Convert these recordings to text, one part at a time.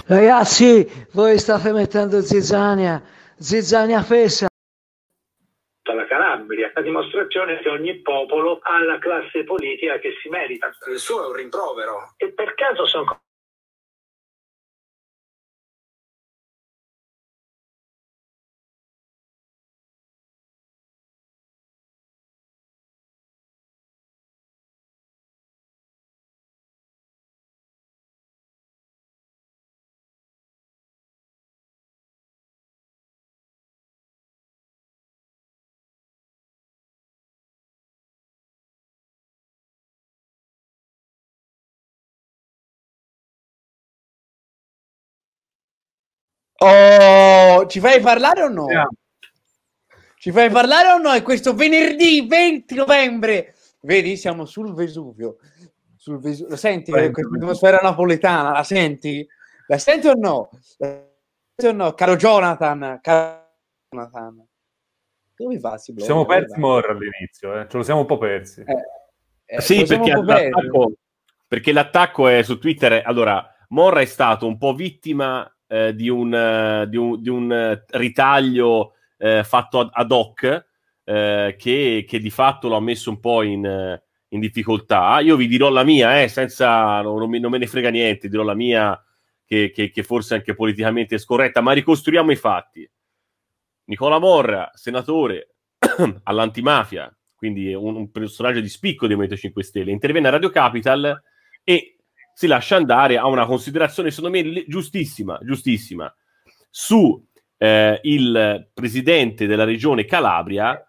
Ragazzi, voi state mettendo zizzania, zizzania fessa. La Calabria, la dimostrazione che ogni popolo ha la classe politica che si merita. Il suo è un rimprovero. E per caso sono... Oh, ci fai parlare o no? Ci fai parlare o no? È questo venerdì 20 novembre. Vedi, siamo sul Vesuvio. Lo senti questa atmosfera napoletana? La senti? La senti o no? La senti o no? Caro Jonathan. Dove va? Ci siamo persi Morra all'inizio, ce lo siamo un po' persi. Sì, perché l'attacco è su Twitter. Allora, Morra è stato un po' vittima di un ritaglio fatto ad hoc che di fatto lo ha messo un po' in difficoltà. Io vi dirò la mia, senza non me ne frega niente, dirò la mia che forse anche politicamente è scorretta, ma ricostruiamo i fatti. Nicola Morra, senatore all'antimafia, quindi un personaggio di spicco del Movimento 5 Stelle, interviene a Radio Capital e si lascia andare a una considerazione, secondo me, giustissima, su il presidente della regione Calabria,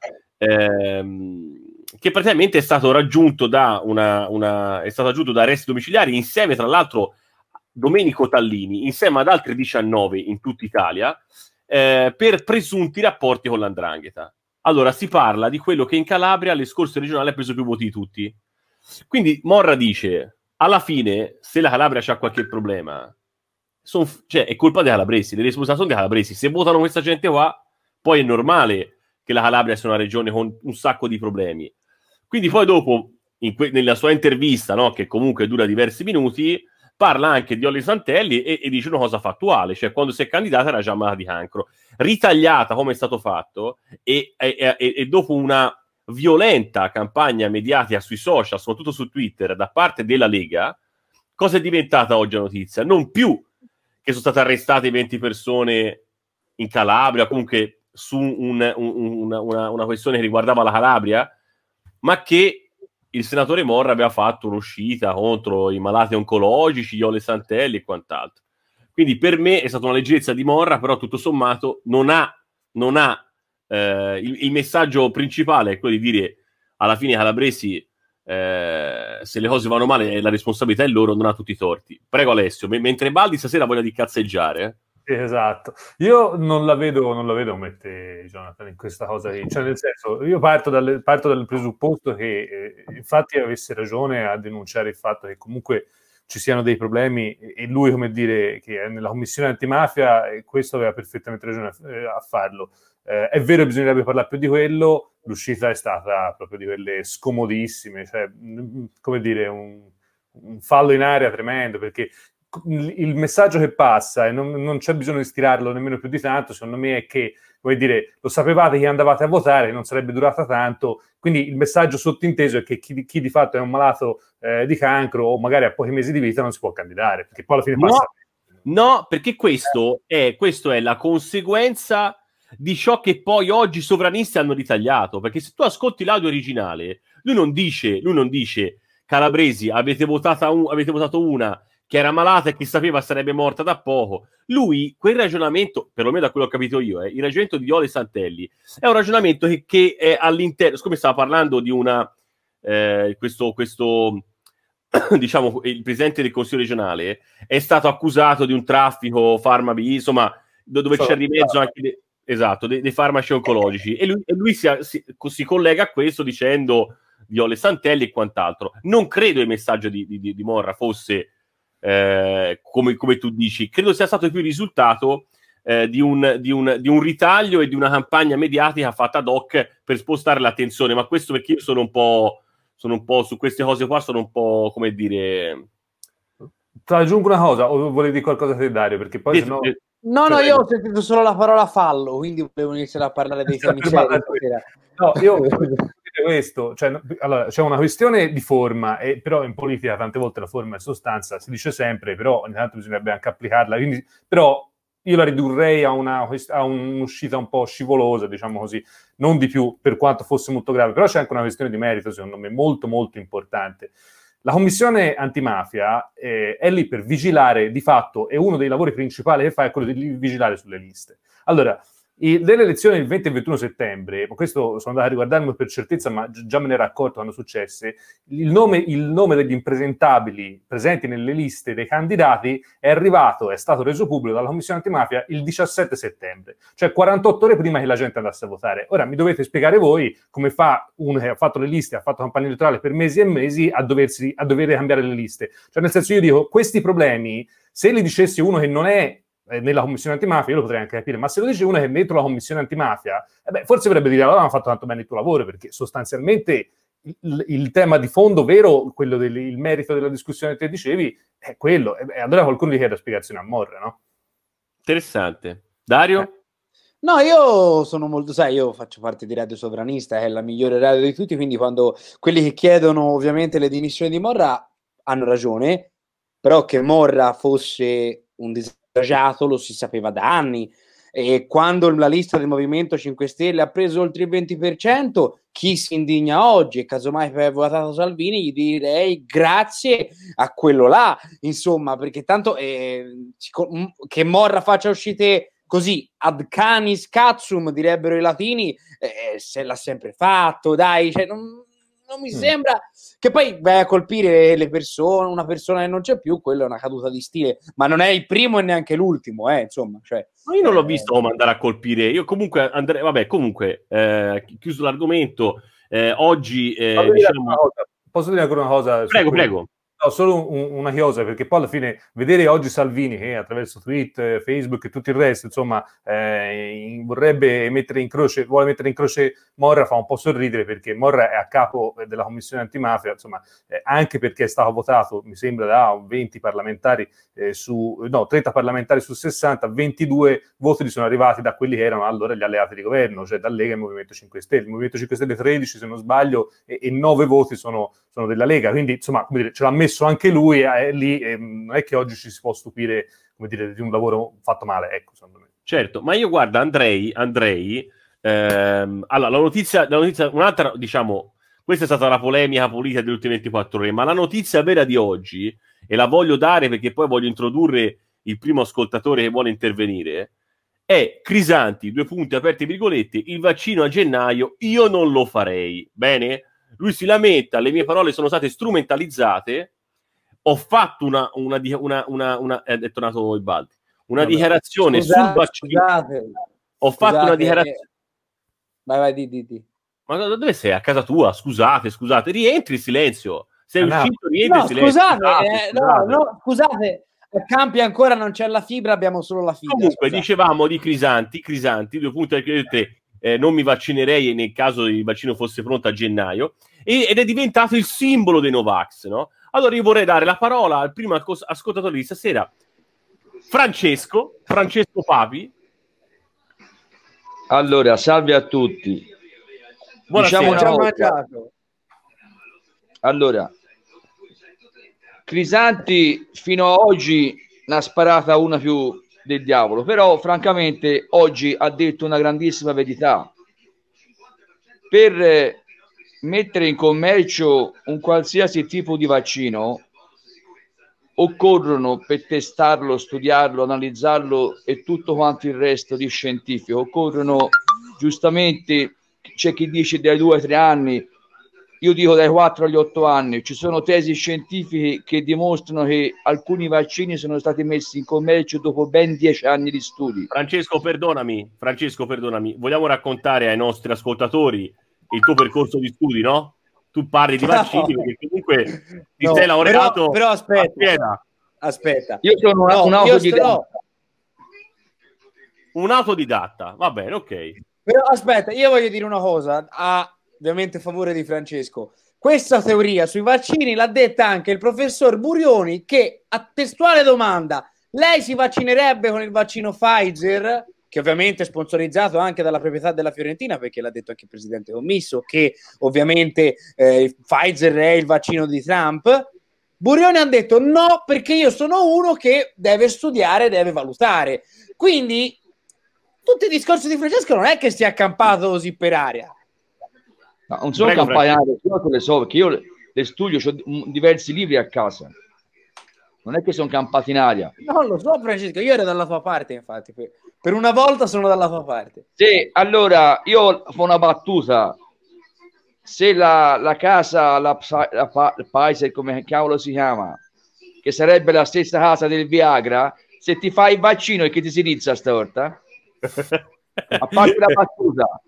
che praticamente è stato raggiunto da è stato raggiunto da arresti domiciliari insieme, tra l'altro, Domenico Tallini, insieme ad altri 19 in tutta Italia, per presunti rapporti con l''ndrangheta. Allora, si parla di quello che in Calabria alle scorse regionali ha preso più voti di tutti. Quindi Morra dice, alla fine, se la Calabria c'ha qualche problema, è colpa dei calabresi, le responsabilità sono dei calabresi. Se votano questa gente qua, poi è normale che la Calabria sia una regione con un sacco di problemi. Quindi poi dopo, nella sua intervista, no, che comunque dura diversi minuti, parla anche di Olli Santelli e dice una cosa fattuale, cioè quando si è candidata era già malata di cancro, ritagliata come è stato fatto e dopo una violenta campagna mediatica sui social, soprattutto su Twitter, da parte della Lega. Cosa è diventata oggi la notizia? Non più che sono state arrestate 20 persone in Calabria, comunque su una questione che riguardava la Calabria, ma che il senatore Morra aveva fatto un'uscita contro i malati oncologici, gli Ole Santelli e quant'altro. Quindi per me è stata una leggerezza di Morra, però tutto sommato non ha il messaggio principale è quello di dire alla fine i calabresi, se le cose vanno male la responsabilità è loro, non ha tutti i torti. Prego Alessio, mentre Baldi stasera voglia di cazzeggiare. Esatto, io non la vedo come te, Jonathan, in questa cosa qui. Cioè, nel senso, io parto dal presupposto che infatti avesse ragione a denunciare il fatto che comunque ci siano dei problemi e lui, come dire, che è nella commissione antimafia, e questo aveva perfettamente ragione a farlo. È vero, bisognerebbe parlare più di quello, l'uscita è stata proprio di quelle scomodissime, cioè, come dire, un fallo in aria tremendo, perché il messaggio che passa, e non c'è bisogno di stirarlo nemmeno più di tanto, secondo me è che, come dire, lo sapevate che andavate a votare, non sarebbe durata tanto, quindi il messaggio sottinteso è che chi di fatto è un malato di cancro o magari ha pochi mesi di vita non si può candidare, perché poi alla fine passa... No, perché questo è la conseguenza di ciò che poi oggi i sovranisti hanno ritagliato, perché se tu ascolti l'audio originale, lui non dice calabresi, avete votato una che era malata e che sapeva sarebbe morta da poco. Lui, quel ragionamento, perlomeno da quello che ho capito io, il ragionamento di Ole Santelli, è un ragionamento che è all'interno, siccome stava parlando di questo diciamo, il presidente del Consiglio regionale è stato accusato di un traffico farmaci, insomma, dove c'è di mezzo anche dei farmaci oncologici, e lui si collega a questo dicendo di Ole Santelli e quant'altro. Non credo il messaggio di Morra fosse come tu dici, credo sia stato più il risultato di un ritaglio e di una campagna mediatica fatta ad hoc per spostare l'attenzione, ma questo perché io sono un po' su queste cose qua, sono un po', come dire, Ti aggiungo una cosa, o volevi dire qualcosa te, Dario? Perché poi sennò... No, io ho sentito solo la parola fallo, quindi volevo iniziare a parlare dei temi seri. No, io voglio dire questo, cioè, allora, c'è una questione di forma, però in politica tante volte la forma è sostanza, si dice sempre, però ogni tanto bisognerebbe anche applicarla, quindi, però io la ridurrei a un'uscita un po' scivolosa, diciamo così, non di più, per quanto fosse molto grave, però c'è anche una questione di merito, secondo me, molto molto importante. La commissione antimafia è lì per vigilare, di fatto, e uno dei lavori principali che fa è quello di vigilare sulle liste. Allora, delle elezioni del 20 e 21 settembre, questo sono andato a riguardarmi per certezza, ma già me ne ero accorto quando successe, il nome degli impresentabili presenti nelle liste dei candidati è arrivato, è stato reso pubblico dalla commissione antimafia il 17 settembre, cioè 48 ore prima che la gente andasse a votare. Ora mi dovete spiegare voi come fa uno che ha fatto le liste, ha fatto campagna elettorale per mesi e mesi a dover cambiare le liste. Cioè, nel senso, io dico, questi problemi, se li dicessi uno che non è nella commissione antimafia, io lo potrei anche capire, ma se lo dice uno che è dentro la commissione antimafia, forse avrebbe dire, allora hanno fatto tanto bene il tuo lavoro, perché sostanzialmente il tema di fondo vero, quello il merito della discussione che te dicevi, è quello, e allora qualcuno gli chiede spiegazione a Morra, no? Interessante. Dario? No, io sono molto, sai, io faccio parte di Radio Sovranista, che è la migliore radio di tutti, quindi quando quelli che chiedono ovviamente le dimissioni di Morra hanno ragione, però che Morra fosse un disagiato lo si sapeva da anni, e quando la lista del Movimento 5 Stelle ha preso oltre il 20%, chi si indigna oggi e casomai per aver votato Salvini gli direi grazie a quello là, insomma, perché tanto che Morra faccia uscite così ad canis cazzum, direbbero i latini, se l'ha sempre fatto, dai, cioè non mi sembra che poi vai a colpire le persone, una persona che non c'è più, quello è una caduta di stile, ma non è il primo e neanche l'ultimo, insomma, cioè, ma io non l'ho visto andare a colpire, io comunque andrei, vabbè, comunque chiuso l'argomento, oggi diciamo... Posso dire ancora una cosa? Prego. No, solo una chiosa, perché poi alla fine vedere oggi Salvini che attraverso tweet, Facebook e tutto il resto, insomma, vuole mettere in croce Morra, fa un po' sorridere, perché Morra è a capo della commissione antimafia, insomma, anche perché è stato votato, mi sembra, da 20 parlamentari 30 parlamentari su 60, 22 voti sono arrivati da quelli che erano allora gli alleati di governo, cioè da Lega e Movimento 5 Stelle. Il Movimento 5 Stelle 13, se non sbaglio, e 9 voti sono della Lega, quindi insomma, come dire, ce l'ha messo anche lui lì, non è che oggi ci si può stupire, come dire, di un lavoro fatto male, ecco, secondo me. Certo, ma io guarda, andrei allora, la notizia, un'altra, diciamo, questa è stata la polemica politica delle ultime 24 ore, ma la notizia vera di oggi, e la voglio dare perché poi voglio introdurre il primo ascoltatore che vuole intervenire, è Crisanti, 2 punti aperti virgolette, il vaccino a gennaio io non lo farei, bene? Lui si lamenta, le mie parole sono state strumentalizzate, ho fatto è tornato il Baldi, dichiarazione sul vaccino. Fatto una dichiarazione. Vai, di. Ma dove sei? A casa tua? Scusate, rientri in silenzio. Sei uscito, rientri in silenzio. Scusate, a Campi ancora non c'è la fibra, abbiamo solo la fibra. Comunque, dicevamo di Crisanti, 2 punti non mi vaccinerei nel caso il vaccino fosse pronto a gennaio, ed è diventato il simbolo dei Novax, no? Allora io vorrei dare la parola al primo ascoltatore di stasera, Francesco Papi. Allora, salve a tutti. Buonasera. Allora, Crisanti fino a oggi ne ha sparata una più del diavolo, però francamente oggi ha detto una grandissima verità. Per mettere in commercio un qualsiasi tipo di vaccino occorrono, per testarlo, studiarlo, analizzarlo e tutto quanto il resto di scientifico, occorrono, giustamente c'è chi dice dai 2 ai 3 anni, io dico dai 4 agli 8 anni. Ci sono tesi scientifiche che dimostrano che alcuni vaccini sono stati messi in commercio dopo ben 10 anni di studi. Francesco, perdonami, vogliamo raccontare ai nostri ascoltatori il tuo percorso di studi, no? Tu parli di vaccini perché comunque ti sei laureato. Però aspetta. Io sono un autodidatta. Un autodidatta, va bene, ok. Però aspetta, io voglio dire una cosa, ovviamente a favore di Francesco. questa teoria sui vaccini l'ha detta anche il professor Burioni, che a testuale domanda: lei si vaccinerebbe con il vaccino Pfizer, che ovviamente è sponsorizzato anche dalla proprietà della Fiorentina, perché l'ha detto anche il presidente Commisso, che ovviamente Pfizer è il vaccino di Trump. Burioni ha detto no, perché io sono uno che deve studiare, deve valutare. Quindi tutti i discorsi di Francesco non è che si è accampato così per aria. No, non sono campagnare, io le so, perché io le studio, ho diversi libri a casa. Non è che sono campato in aria. No, lo so, Francesco, io ero dalla tua parte, infatti. Per una volta sono dalla tua parte. Sì, allora, io ho una battuta. Se la casa, la Pfizer, come cavolo si chiama, che sarebbe la stessa casa del Viagra, se ti fai il vaccino e che ti si rizza stavolta? A parte la battuta,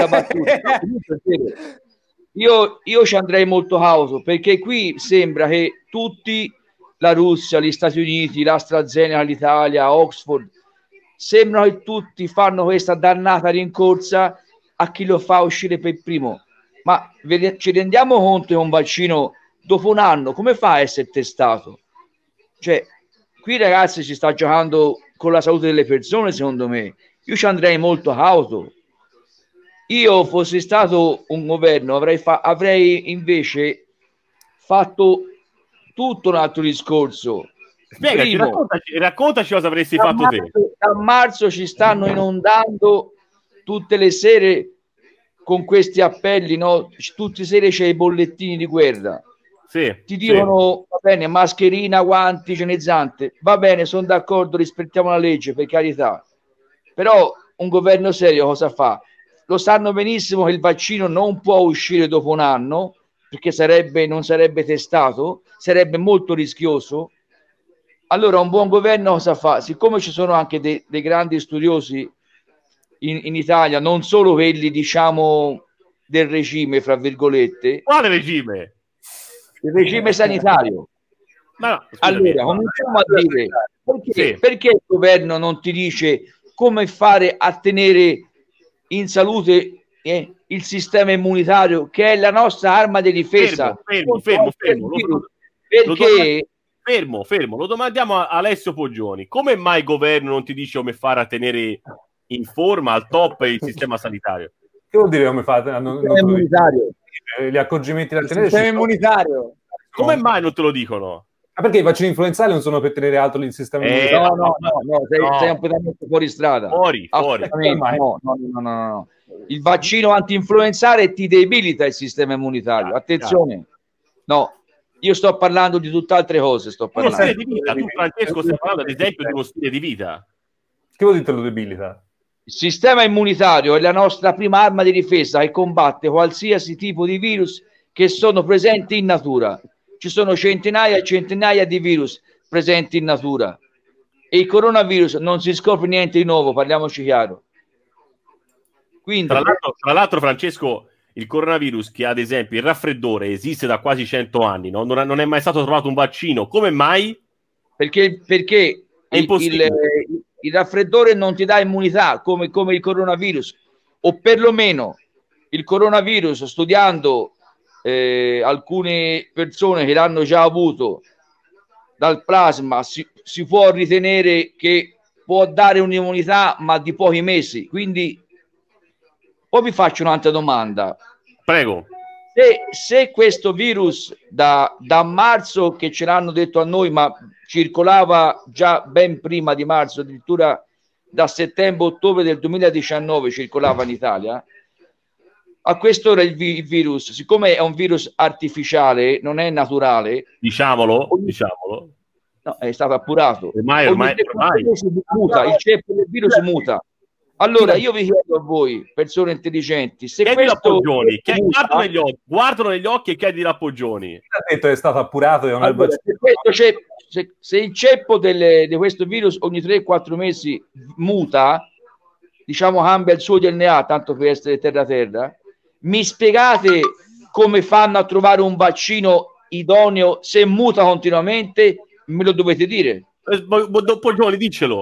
io ci andrei molto cauto, perché qui sembra che tutti, la Russia, gli Stati Uniti, l'AstraZeneca, l'Italia, Oxford, sembrano che tutti fanno questa dannata rincorsa a chi lo fa uscire per primo. Ma ci rendiamo conto che un vaccino dopo un anno come fa a essere testato? Cioè, qui ragazzi si sta giocando con la salute delle persone, secondo me. Io ci andrei molto cauto. Io fossi stato un governo avrei invece fatto tutto un altro discorso. Spiegaci, raccontaci cosa avresti fatto te. Da marzo ci stanno inondando tutte le sere con questi appelli, no? Tutte le sere c'è i bollettini di guerra. Sì, ti dicono, va bene, mascherina, guanti, igienizzante, va bene, sono d'accordo, rispettiamo la legge, per carità. Però un governo serio cosa fa? Lo sanno benissimo che il vaccino non può uscire dopo un anno, perché non sarebbe testato, sarebbe molto rischioso. Allora un buon governo cosa fa? Siccome ci sono anche dei grandi studiosi in Italia, non solo quelli, diciamo, del regime, fra virgolette. Quale regime? Il regime sanitario. No, allora, cominciamo a dire perché il governo non ti dice come fare a tenere in salute il sistema immunitario, che è la nostra arma di difesa. Fermo. Lo domandiamo a Alessio Poggioni. Come mai il governo non ti dice come fare a tenere in forma, al top, il sistema sanitario? Che vuol dire come fate? Immunitario. Gli accorgimenti da tenere. Il sistema immunitario. Come mai non te lo dicono? Ma perché i vaccini influenzali non sono per tenere alto il sistema immunitario? No, sei completamente fuori strada. Fuori. No. Il vaccino anti-influenzale ti debilita il sistema immunitario. Attenzione. No, io sto parlando di tutt'altre cose. Uno stile di vita. Tu, Francesco, stai parlando ad esempio di uno stile di vita. Che vuol dire lo debilita? Il sistema immunitario è la nostra prima arma di difesa che combatte qualsiasi tipo di virus che sono presenti in natura. Ci sono centinaia e centinaia di virus presenti in natura e il coronavirus non si scopre niente di nuovo, parliamoci chiaro. Quindi, tra l'altro, Francesco, il coronavirus, che ad esempio il raffreddore esiste da quasi 100 anni, no? Non è mai stato trovato un vaccino. Come mai? Perché il raffreddore non ti dà immunità come il coronavirus, o perlomeno il coronavirus, studiando alcune persone che l'hanno già avuto dal plasma, si può ritenere che può dare un'immunità ma di pochi mesi. Quindi poi vi faccio un'altra domanda. Prego. Se questo virus da marzo, che ce l'hanno detto a noi, ma circolava già ben prima di marzo, addirittura da settembre-ottobre del 2019 circolava in Italia, a quest'ora il virus, siccome è un virus artificiale, non è naturale, diciamolo, no, è stato appurato. Ormai. Muta, il ceppo del virus muta. Allora io vi chiedo a voi, persone intelligenti, se questo guardalo negli occhi e chiedi a Poggioni. Ha detto che è stato appurato e non allora, se il ceppo di questo virus ogni 3-4 mesi muta, diciamo cambia il suo DNA, tanto per essere terra, mi spiegate come fanno a trovare un vaccino idoneo se muta continuamente? Me lo dovete dire. Poggioni, diccelo.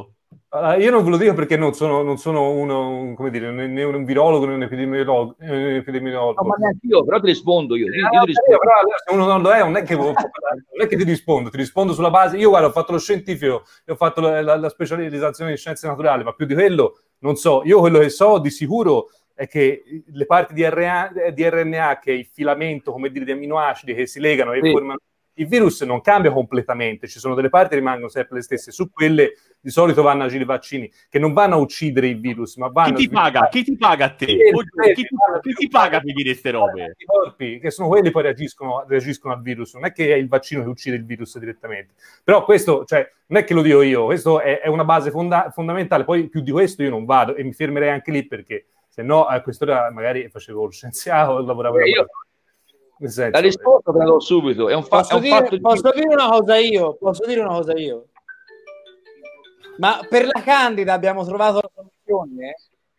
Io non ve lo dico perché non sono come dire, né un virologo né un epidemiologo. No, ma neanche io, però ti rispondo io. Io ti rispondo. Però se uno non lo è, non è che ti rispondo sulla base. Io guarda, ho fatto lo scientifico e ho fatto la specializzazione in scienze naturali, ma più di quello non so. Io quello che so di sicuro è che le parti di RNA, che è il filamento, come dire, di aminoacidi che si legano e formano il virus, non cambia completamente, ci sono delle parti che rimangono sempre le stesse, su quelle di solito vanno a agire i vaccini, che non vanno a uccidere il virus, ma vanno Chi ti paga? Chi ti paga a te? Chi ti paga per dire queste robe? I corpi, che sono quelli che poi reagiscono al virus, non è che è il vaccino che uccide il virus direttamente. Però questo, cioè, non è che lo dico io, questo è una base fondamentale, poi più di questo io non vado e mi fermerei anche lì perché se no a quest'ora magari facevo lo scienziato, lavoravo la risposta te la do subito. È un posso dire una cosa io? Ma per la Candida abbiamo trovato la soluzione?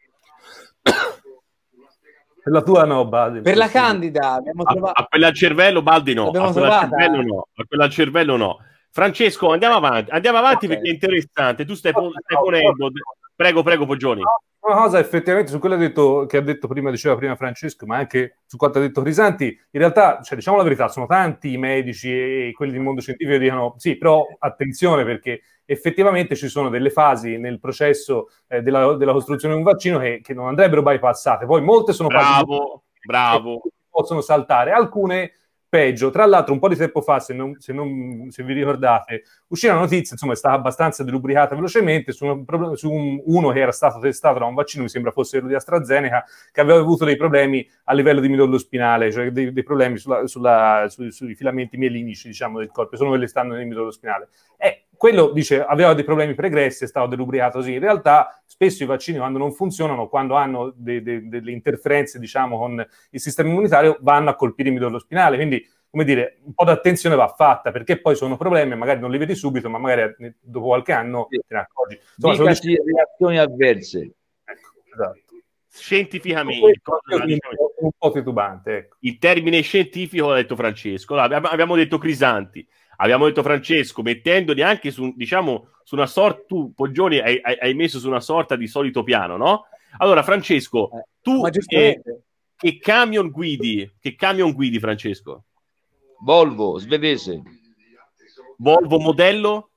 Per la tua no, Baldi. Per la Candida abbiamo trovato... A quella al cervello, Baldi no. A quella al cervello no. Francesco, andiamo avanti okay, perché è interessante. Tu stai ponendo... Prego, Poggioni. Una cosa effettivamente su quello che ha detto prima, diceva prima Francesco, ma anche su quanto ha detto Crisanti, in realtà, cioè, diciamo la verità, sono tanti i medici e quelli del mondo scientifico che dicono sì, però attenzione perché effettivamente ci sono delle fasi nel processo della costruzione di un vaccino che non andrebbero bypassate. Poi molte sono bravo. che possono saltare, alcune peggio. Tra l'altro, un po' di tempo fa, se vi ricordate, uscì una notizia, insomma, è stata abbastanza delubricata velocemente, su uno che era stato testato da un vaccino, mi sembra fosse quello di AstraZeneca, che aveva avuto dei problemi a livello di midollo spinale, cioè dei problemi sui filamenti mielinici, diciamo, del corpo, sono quelli che stanno nel midollo spinale. Quello, dice, aveva dei problemi pregressi, è stato delubricato così. In realtà, spesso i vaccini, quando non funzionano, quando hanno delle interferenze, diciamo, con il sistema immunitario, vanno a colpire il midollo spinale. Quindi, come dire, un po' d'attenzione va fatta, perché poi sono problemi, magari non li vedi subito, ma magari dopo qualche anno te ne accorgi. Insomma, reazioni avverse. Ecco, esatto. Scientificamente. Un po' titubante, ecco. Il termine scientifico, ha detto Francesco. Abbiamo detto Crisanti. Abbiamo detto Francesco, mettendoli anche su una sorta, tu Poggioni hai messo su una sorta di solito piano, no? Allora Francesco, tu che camion guidi, Francesco? Volvo, svedese. Volvo modello?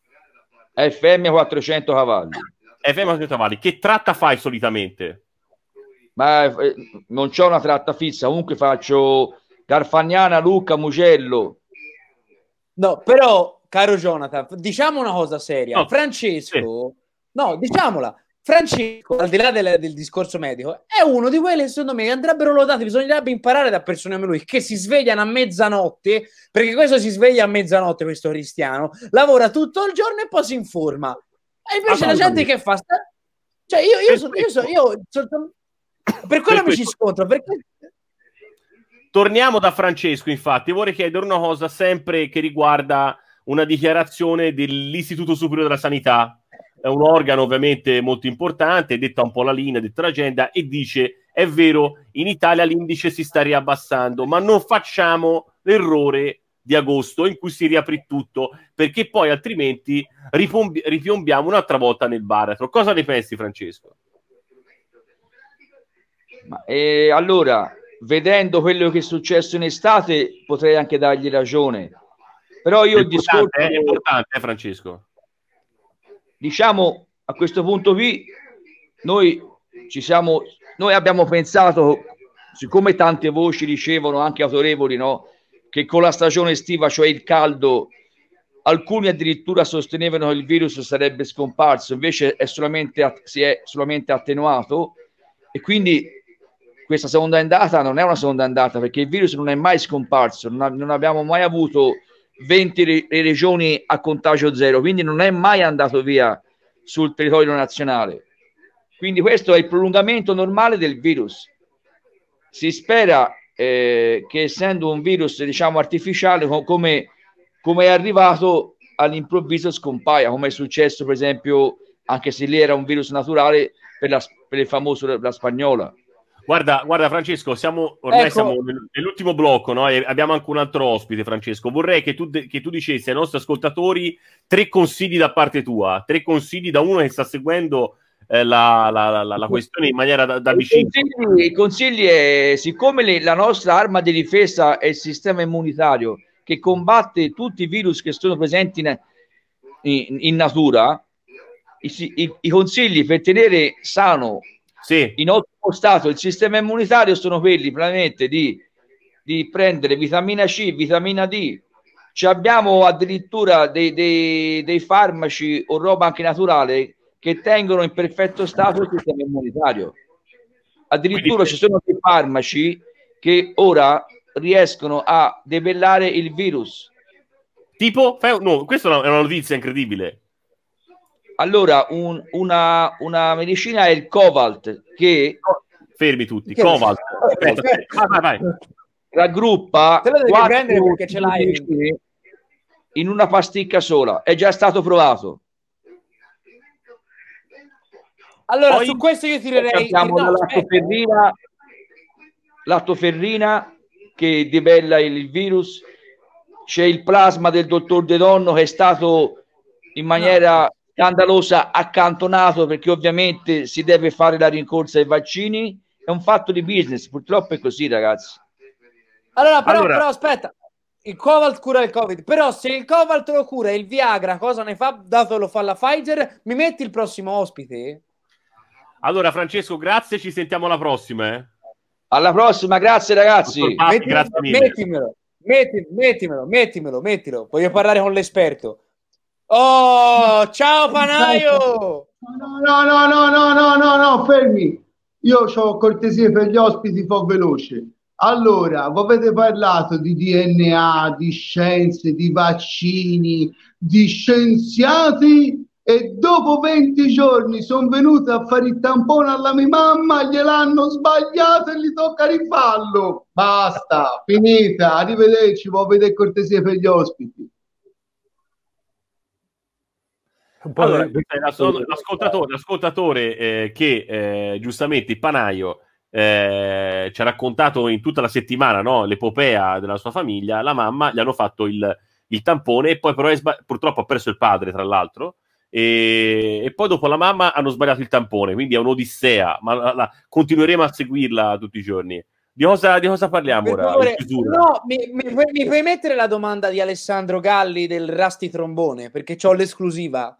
FM 400 cavalli. FM 400 cavalli. Che tratta fai solitamente? Ma non c'ho una tratta fissa, comunque faccio Garfagnana, Lucca, Mugello. No, però, caro Jonathan, diciamo una cosa seria. No, Francesco, no, diciamola. Francesco, al di là del discorso medico, è uno di quelli che secondo me andrebbero lodati. Bisognerebbe imparare da persone come lui che si svegliano a mezzanotte, perché questo si sveglia a mezzanotte, questo cristiano, lavora tutto il giorno e poi si informa. E invece la gente che fa... Cioè, io per quello mi ci scontro, perché... Torniamo da Francesco, infatti, vorrei chiedere una cosa sempre che riguarda una dichiarazione dell'Istituto Superiore della Sanità. È un organo ovviamente molto importante, detta un po' la linea, detta l'agenda, e dice, è vero, in Italia l'indice si sta riabbassando, ma non facciamo l'errore di agosto in cui si riapre tutto, perché poi altrimenti ripiombiamo un'altra volta nel baratro. Cosa ne pensi, Francesco? Allora... vedendo quello che è successo in estate potrei anche dargli ragione, però io il discorso è importante, Francesco, diciamo a questo punto qui noi abbiamo pensato, siccome tante voci ricevono anche autorevoli, no, che con la stagione estiva, cioè il caldo, alcuni addirittura sostenevano che il virus sarebbe scomparso, invece si è solamente attenuato, e quindi questa seconda ondata non è una seconda ondata, perché il virus non è mai scomparso, non abbiamo mai avuto 20 regioni a contagio zero, quindi non è mai andato via sul territorio nazionale. Quindi questo è il prolungamento normale del virus. Si spera che, essendo un virus, diciamo, artificiale, come è arrivato all'improvviso scompaia, come è successo per esempio, anche se lì era un virus naturale, per il famoso la spagnola. Guarda Francesco, ormai Ecco. siamo nell'ultimo blocco, no? E abbiamo anche un altro ospite, Francesco. Vorrei che tu dicessi ai nostri ascoltatori 3 consigli da parte tua, 3 consigli da uno che sta seguendo la questione in maniera da vicino. I consigli è, siccome la nostra arma di difesa è il sistema immunitario che combatte tutti i virus che sono presenti in natura, i consigli per tenere sano in ottimo stato il sistema immunitario sono quelli praticamente di prendere vitamina C, vitamina D. Abbiamo addirittura dei farmaci o roba anche naturale che tengono in perfetto stato il sistema immunitario. Addirittura ci sono dei farmaci che ora riescono a debellare il virus. Tipo? No, questa è una notizia incredibile. Allora, una medicina è il Covalt, che fermi tutti. Covalt. Vai. Raggruppa te lo devi prendere perché ce l'hai in una pasticca sola. È già stato provato. Allora, Poi, su questo io tirerei. Abbiamo l'attoferrina che debella il virus. C'è il plasma del dottor De Donno che è stato in maniera scandalosa accantonato perché ovviamente si deve fare la rincorsa ai vaccini. È un fatto di business, purtroppo è così, ragazzi. Allora, però aspetta, il Covalt cura il Covid, però se il Covalt lo cura e il Viagra cosa ne fa, dato lo fa la Pfizer, mi metti il prossimo ospite? Allora Francesco, grazie, ci sentiamo alla prossima. Alla prossima, grazie ragazzi. Grazie mille. Mettimelo, voglio parlare con l'esperto. Oh, ciao Panaio! No, fermi. Io ho cortesie per gli ospiti, fo veloce. Allora, voi avete parlato di DNA, di scienze, di vaccini, di scienziati e dopo 20 giorni sono venuto a fare il tampone alla mia mamma, gliel'hanno sbagliato e gli tocca rifarlo. Basta, finita, arrivederci, voi avete cortesie per gli ospiti. Allora, l'ascoltatore che giustamente il Panaio ci ha raccontato in tutta la settimana, no, l'epopea della sua famiglia. La mamma gli hanno fatto il tampone e poi però purtroppo ha perso il padre, tra l'altro, e poi dopo la mamma hanno sbagliato il tampone, quindi è un'odissea, ma continueremo a seguirla tutti i giorni. Di cosa parliamo ora? No, mi puoi mettere la domanda di Alessandro Galli del Rasti Trombone, perché c'ho l'esclusiva.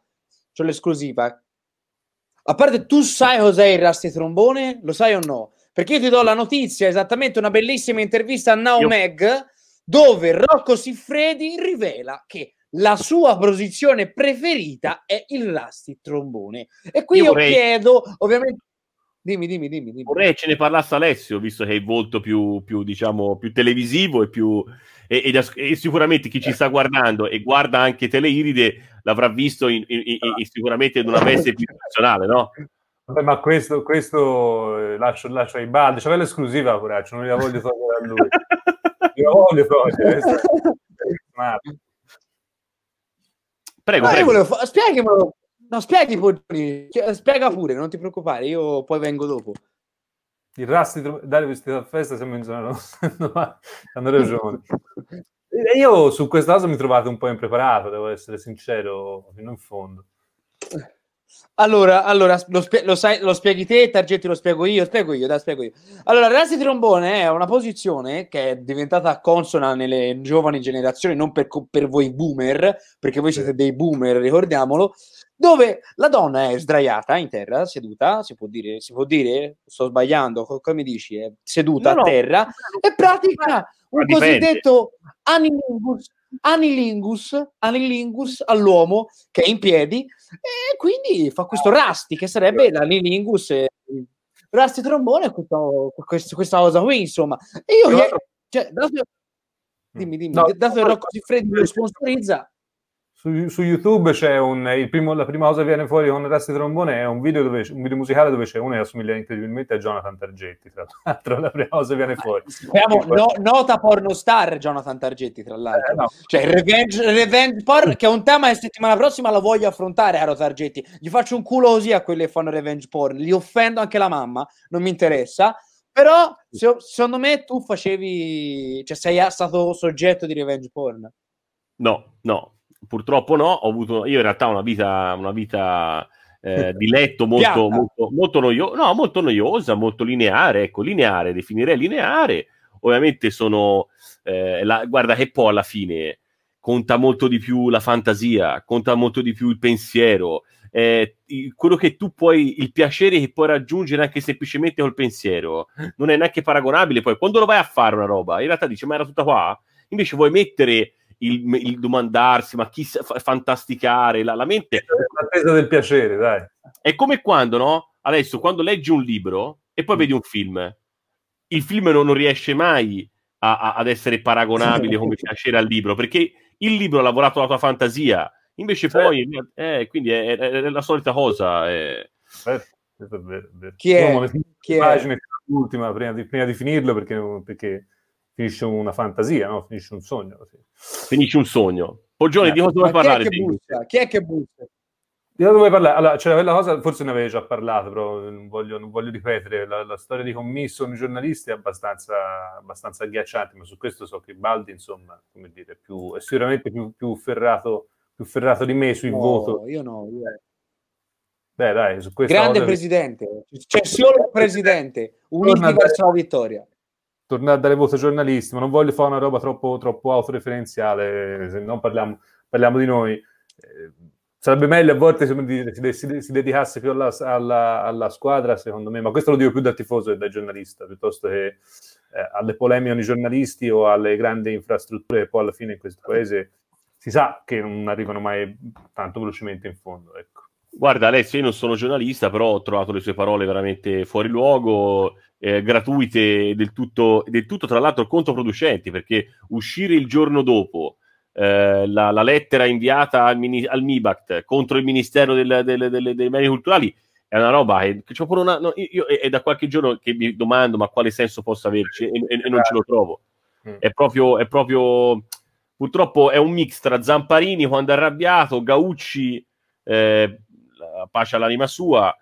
A parte, tu sai cos'è il Rasti Trombone? Lo sai o no? Perché io ti do la notizia, esattamente una bellissima intervista a Now Meg, dove Rocco Siffredi rivela che la sua posizione preferita è il Rasti Trombone. E qui io chiedo, ovviamente... Dimmi. Vorrei ce ne parlasse Alessio, visto che è il volto più diciamo, più televisivo e sicuramente chi ci sta guardando e guarda anche Teleiride l'avrà visto sicuramente in una veste più professionale, no? Vabbè, ma questo lascio ai baldi. C'aveva l'esclusiva, poraccio, non la voglio togliere a lui. Io la voglio togliere. Prego. Spieghiamelo. No, spiega pure, non ti preoccupare, io poi vengo dopo. Il Rasti dare vestito a festa siamo in zona rossa. Hanno ragione. Io su questa cosa mi trovate un po' impreparato, devo essere sincero fino in fondo. Allora lo spieghi te, Targetti, lo spiego io. Allora, il Rasti Trombone è una posizione che è diventata consona nelle giovani generazioni, non per voi boomer, perché voi siete dei boomer, ricordiamolo, dove la donna è sdraiata in terra, seduta, si può dire, sto sbagliando, come mi dici? È seduta a terra e pratica un cosiddetto anilingus all'uomo che è in piedi e quindi fa questo Rasti, che sarebbe l'anilingus, Rasti Trombone, questa cosa qui, insomma. E io dimmi, dato che Rocco Siffredi lo sponsorizza. Su YouTube c'è la prima cosa che viene fuori con Rasti Trombone è un video musicale dove c'è uno che assomiglia incredibilmente a Jonathan Targetti, tra l'altro, la prima cosa che viene fuori. Nota pornostar Jonathan Targetti, tra l'altro. No. Cioè revenge porn, che è un tema che settimana prossima lo voglio affrontare, caro Targetti. Gli faccio un culo così a quelli che fanno revenge porn, li offendo anche la mamma, non mi interessa. Però secondo me tu facevi, cioè sei stato soggetto di revenge porn. No, purtroppo no. Ho avuto io in realtà una vita di letto molto noiosa, molto lineare. Ecco, definirei lineare. Ovviamente sono guarda che poi alla fine conta molto di più la fantasia, conta molto di più il pensiero, quello che tu puoi, il piacere che puoi raggiungere anche semplicemente col pensiero non è neanche paragonabile. Poi quando lo vai a fare una roba in realtà dici ma era tutta qua, invece vuoi mettere il domandarsi ma chi fantasticare la mente, l'attesa del piacere, dai. È come quando, no? Adesso quando leggi un libro e poi vedi un film, il film non riesce mai ad essere paragonabile come piacere al libro, perché il libro ha lavorato la tua fantasia, invece poi quindi è la solita cosa. È vero. Chi è? Pagine l'ultima prima di finirlo, perché finisce una fantasia, no? Finisce un sogno. Sì. Finisce un sogno. Poggione, di cosa vuoi parlare? Chi è che bussa? Di cosa vuoi parlare? Allora, c'era quella cosa, forse ne avevi già parlato, però non voglio ripetere. La storia di Commisso con i giornalisti è abbastanza agghiacciante, ma su questo so che Baldi, insomma, come dire, è sicuramente più ferrato di me sul voto. Io no. Beh, dai, su questo. Grande presidente, c'è solo il presidente, uniti verso la vittoria. Tornare a dare voto ai giornalisti, ma non voglio fare una roba troppo autoreferenziale, se no parliamo di noi. Sarebbe meglio a volte se si dedicasse più alla squadra, secondo me, ma questo lo dico più da tifoso che da giornalista, piuttosto che alle polemiche con i giornalisti o alle grandi infrastrutture che poi alla fine in questo paese si sa che non arrivano mai tanto velocemente in fondo, ecco. Guarda Alessio, io non sono giornalista, però ho trovato le sue parole veramente fuori luogo, gratuite, del tutto tra l'altro controproducenti, perché uscire il giorno dopo la lettera inviata al MIBACT contro il Ministero dei Beni Culturali è una roba che c'ho pure io è da qualche giorno che mi domando ma quale senso possa averci e non ce lo trovo. È proprio purtroppo è un mix tra Zamparini quando è arrabbiato, Gaucci, pace all'anima sua,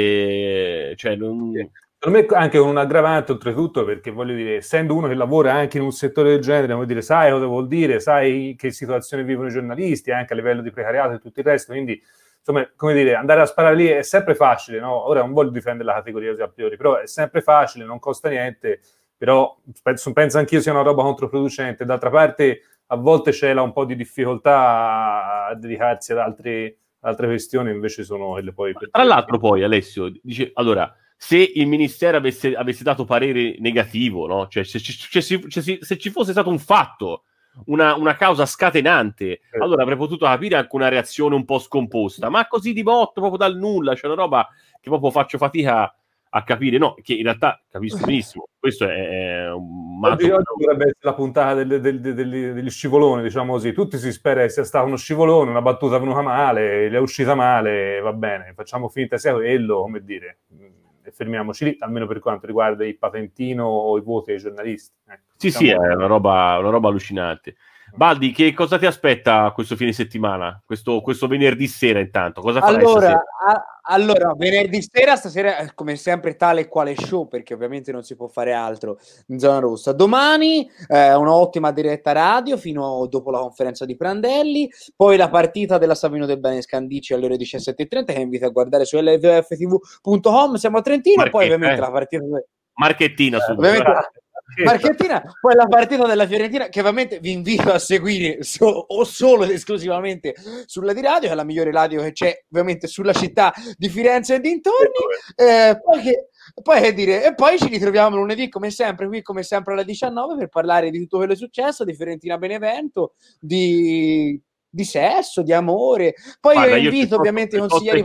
per me anche un aggravante oltretutto, perché voglio dire, essendo uno che lavora anche in un settore del genere, vuol dire, sai cosa vuol dire, sai che situazione vivono i giornalisti anche a livello di precariato e tutto il resto, quindi insomma, come dire, andare a sparare lì è sempre facile, no? Ora non voglio difendere la categoria a priori, però è sempre facile, non costa niente, però penso anch'io sia una roba controproducente. D'altra parte a volte c'è un po' di difficoltà a dedicarsi ad altre questioni, invece sono quelle poi... Tra l'altro poi Alessio dice, allora, se il ministero avesse dato parere negativo, no? Cioè se ci fosse stato un fatto, una causa scatenante, allora avrei potuto capire anche una reazione un po' scomposta, ma così di botto, proprio dal nulla, c'è una roba che proprio faccio fatica a capire, no, che in realtà capisco benissimo. Questo è un oggi dovrebbe essere la puntata degli scivoloni, diciamo così. Tutti si spera che sia stato uno scivolone, una battuta venuta male, le è uscita male, va bene, facciamo finta sia quello, come dire, e fermiamoci lì, almeno per quanto riguarda il patentino o i voti ai giornalisti. Sì, è una roba allucinante. Baldi, che cosa ti aspetta questo fine settimana? Questo venerdì sera intanto? Cosa farai stasera? Allora, venerdì sera, stasera come sempre tale e quale show, perché ovviamente non si può fare altro in zona rossa. Domani un'ottima diretta radio fino dopo la conferenza di Prandelli, poi la partita della Savino del Bene Scandici alle ore 17:30 che invito a guardare su lvftv.com, siamo a Trentino, Marchetta, poi ovviamente la partita... Marchettina su Marchettina, poi la partita della Fiorentina che ovviamente vi invito a seguire solo ed esclusivamente sulla di radio, che è la migliore radio che c'è ovviamente sulla città di Firenze e dintorni. Poi che dire, e poi ci ritroviamo lunedì come sempre qui come sempre alle 19 per parlare di tutto quello che è successo, di Fiorentina Benevento, di sesso, di amore. Poi guarda, io invito ovviamente i consiglieri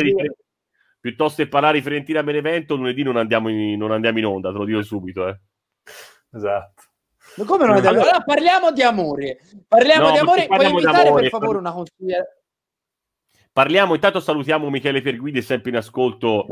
piuttosto che parlare di Fiorentina Benevento lunedì non andiamo in onda, te lo dico subito, Esatto. Ma come non allora parliamo di amore. Puoi invitare per favore una consigliera? Parliamo, intanto salutiamo Michele Perguidi, sempre in ascolto,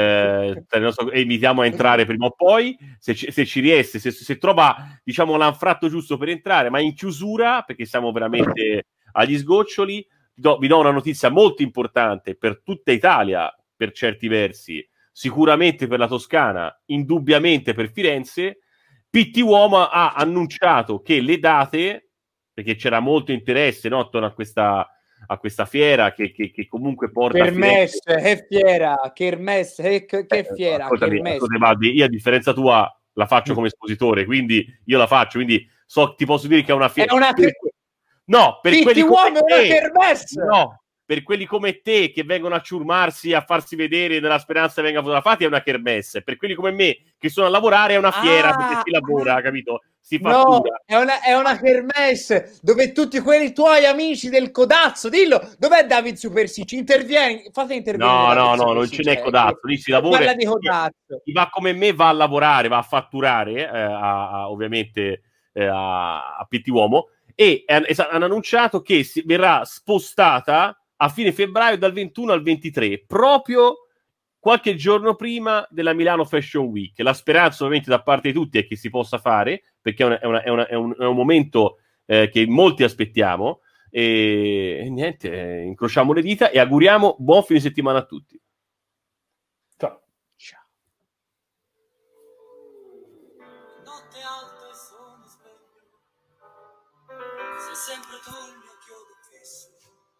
e invitiamo a entrare prima o poi, se ci riesce, se trova, diciamo, l'anfratto giusto per entrare, ma in chiusura, perché siamo veramente agli sgoccioli, vi do una notizia molto importante per tutta Italia, per certi versi, sicuramente per la Toscana, indubbiamente per Firenze. PT Uomo ha annunciato che le date, perché c'era molto interesse, no, attorno a questa fiera che comunque porta Kermesse, che fiera, Kermesse, che fiera, ascoltami, Kermesse. Valdi, io a differenza tua la faccio come espositore, quindi io la faccio, quindi ti posso dire che è una fiera. No, per quelli come te, no, per quelli come te che vengono a ciurmarsi, a farsi vedere nella speranza che venga fotografati, è una kermesse. Per quelli come me che sono a lavorare è una fiera, perché si lavora, capito? Si fattura. No, è una kermesse dove tutti quelli tuoi amici del Codazzo, dillo, dov'è David Supersic? Intervieni, fate intervenire. No, non ce n'è Codazzo, lì si lavora. Parla di Codazzo. Chi va come me va a lavorare, va a fatturare, ovviamente a PT Uomo, e hanno annunciato che verrà spostata a fine febbraio dal 21 al 23, proprio qualche giorno prima della Milano Fashion Week. La speranza ovviamente da parte di tutti è che si possa fare, perché è un momento che molti aspettiamo, e niente, incrociamo le dita e auguriamo buon fine settimana a tutti. Ciao. Notte alta e sono sveglio, sei sempre tu il mio chiodo fisso,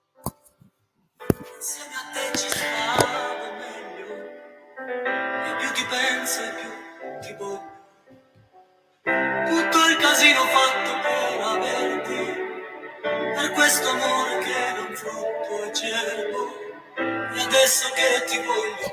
insieme a te ci stavo meglio, e più ti penso e più ti voglio, tutto il casino fatto per averti, per questo amore che era un frutto acerbo, e adesso che ti voglio